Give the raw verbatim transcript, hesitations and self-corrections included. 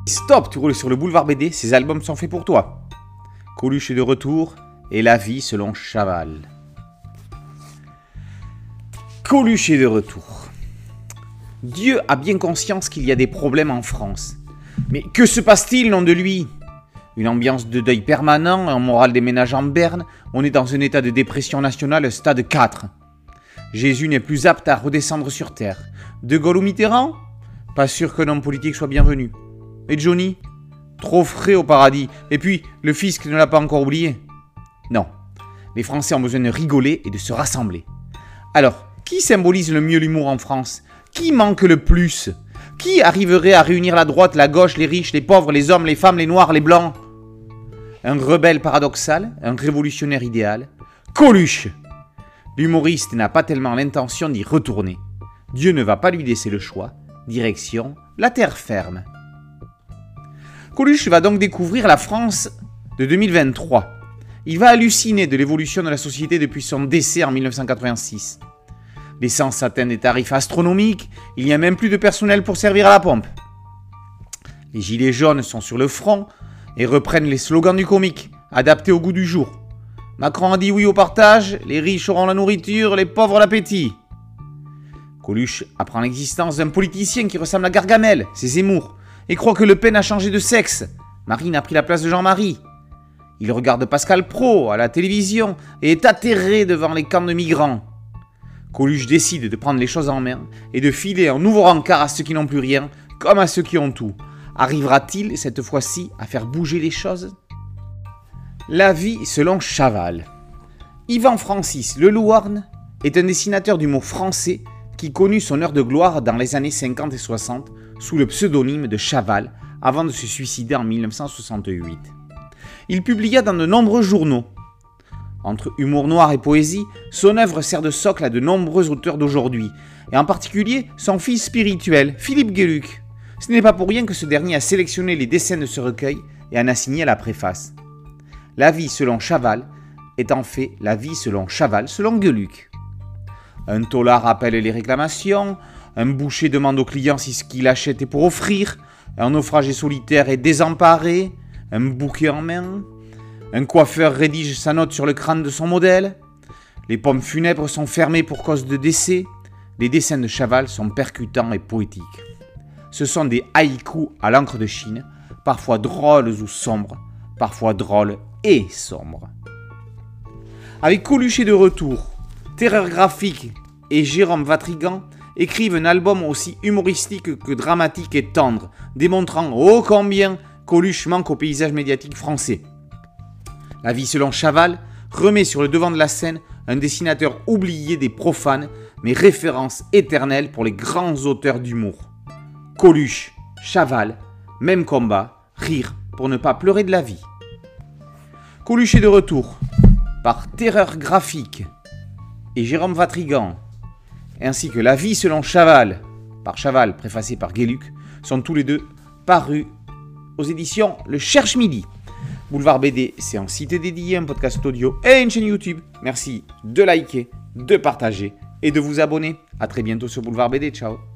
Stop, tu roules sur le boulevard B D, ces albums sont faits pour toi. Coluche est de retour et la vie selon Chaval. Coluche est de retour. Dieu a bien conscience qu'il y a des problèmes en France. Mais que se passe-t-il, nom de lui? Une ambiance de deuil permanent, un moral des ménages en berne, on est dans un état de dépression nationale stade quatre. Jésus n'est plus apte à redescendre sur terre. De Gaulle ou Mitterrand? Pas sûr qu'un homme politique soit bienvenu. Et Johnny? Trop frais au paradis. Et puis, le fisc ne l'a pas encore oublié. Non, les Français ont besoin de rigoler et de se rassembler. Alors, qui symbolise le mieux l'humour en France? Qui manque le plus? Qui arriverait à réunir la droite, la gauche, les riches, les pauvres, les hommes, les femmes, les noirs, les blancs? Un rebelle paradoxal, un révolutionnaire idéal. Coluche! L'humoriste n'a pas tellement l'intention d'y retourner. Dieu ne va pas lui laisser le choix. Direction, la terre ferme. Coluche va donc découvrir la France de deux mille vingt-trois. Il va halluciner de l'évolution de la société depuis son décès en mille neuf cent quatre-vingt-six. L'essence atteint des tarifs astronomiques, il n'y a même plus de personnel pour servir à la pompe. Les gilets jaunes sont sur le front et reprennent les slogans du comique, adaptés au goût du jour. Macron a dit oui au partage, les riches auront la nourriture, les pauvres l'appétit. Coluche apprend l'existence d'un politicien qui ressemble à Gargamel, c'est Zemmour, et croit que Le Pen a changé de sexe. Marine a pris la place de Jean-Marie. Il regarde Pascal Praud à la télévision et est atterré devant les camps de migrants. Coluche décide de prendre les choses en main et de filer un nouveau rencard à ceux qui n'ont plus rien, comme à ceux qui ont tout. Arrivera-t-il cette fois-ci à faire bouger les choses? La vie selon Chaval. Yvan Francis Le Louarn est un dessinateur d'humour français qui connut son heure de gloire dans les années cinquante et soixante sous le pseudonyme de Chaval avant de se suicider en mille neuf cent soixante-huit. Il publia dans de nombreux journaux. Entre humour noir et poésie, son œuvre sert de socle à de nombreux auteurs d'aujourd'hui, et en particulier son fils spirituel, Philippe Gueluc. Ce n'est pas pour rien que ce dernier a sélectionné les dessins de ce recueil et en a signé la préface. La vie selon Chaval est en fait la vie selon Chaval selon Gueluc. Un taulard rappelle les réclamations, un boucher demande au client si ce qu'il achète est pour offrir, un naufragé solitaire est désemparé, un bouquet en main, un coiffeur rédige sa note sur le crâne de son modèle, les pompes funèbres sont fermées pour cause de décès, les dessins de Chaval sont percutants et poétiques. Ce sont des haïkus à l'encre de Chine, parfois drôles ou sombres, parfois drôles et sombres. Avec Coluche de retour, Terreur Graphique et Jérôme Vatrigan écrivent un album aussi humoristique que dramatique et tendre, démontrant ô combien Coluche manque au paysage médiatique français. La vie selon Chaval remet sur le devant de la scène un dessinateur oublié des profanes, mais référence éternelle pour les grands auteurs d'humour. Coluche, Chaval, même combat, rire pour ne pas pleurer de la vie. Coluche est de retour, par Terreur Graphique et Jérôme Vatrigan, ainsi que La vie selon Chaval, par Chaval, préfacé par Gueluc, sont tous les deux parus aux éditions Le Cherche Midi. Boulevard B D, c'est un site dédié, un podcast audio et une chaîne YouTube. Merci de liker, de partager et de vous abonner. A très bientôt sur Boulevard B D. Ciao.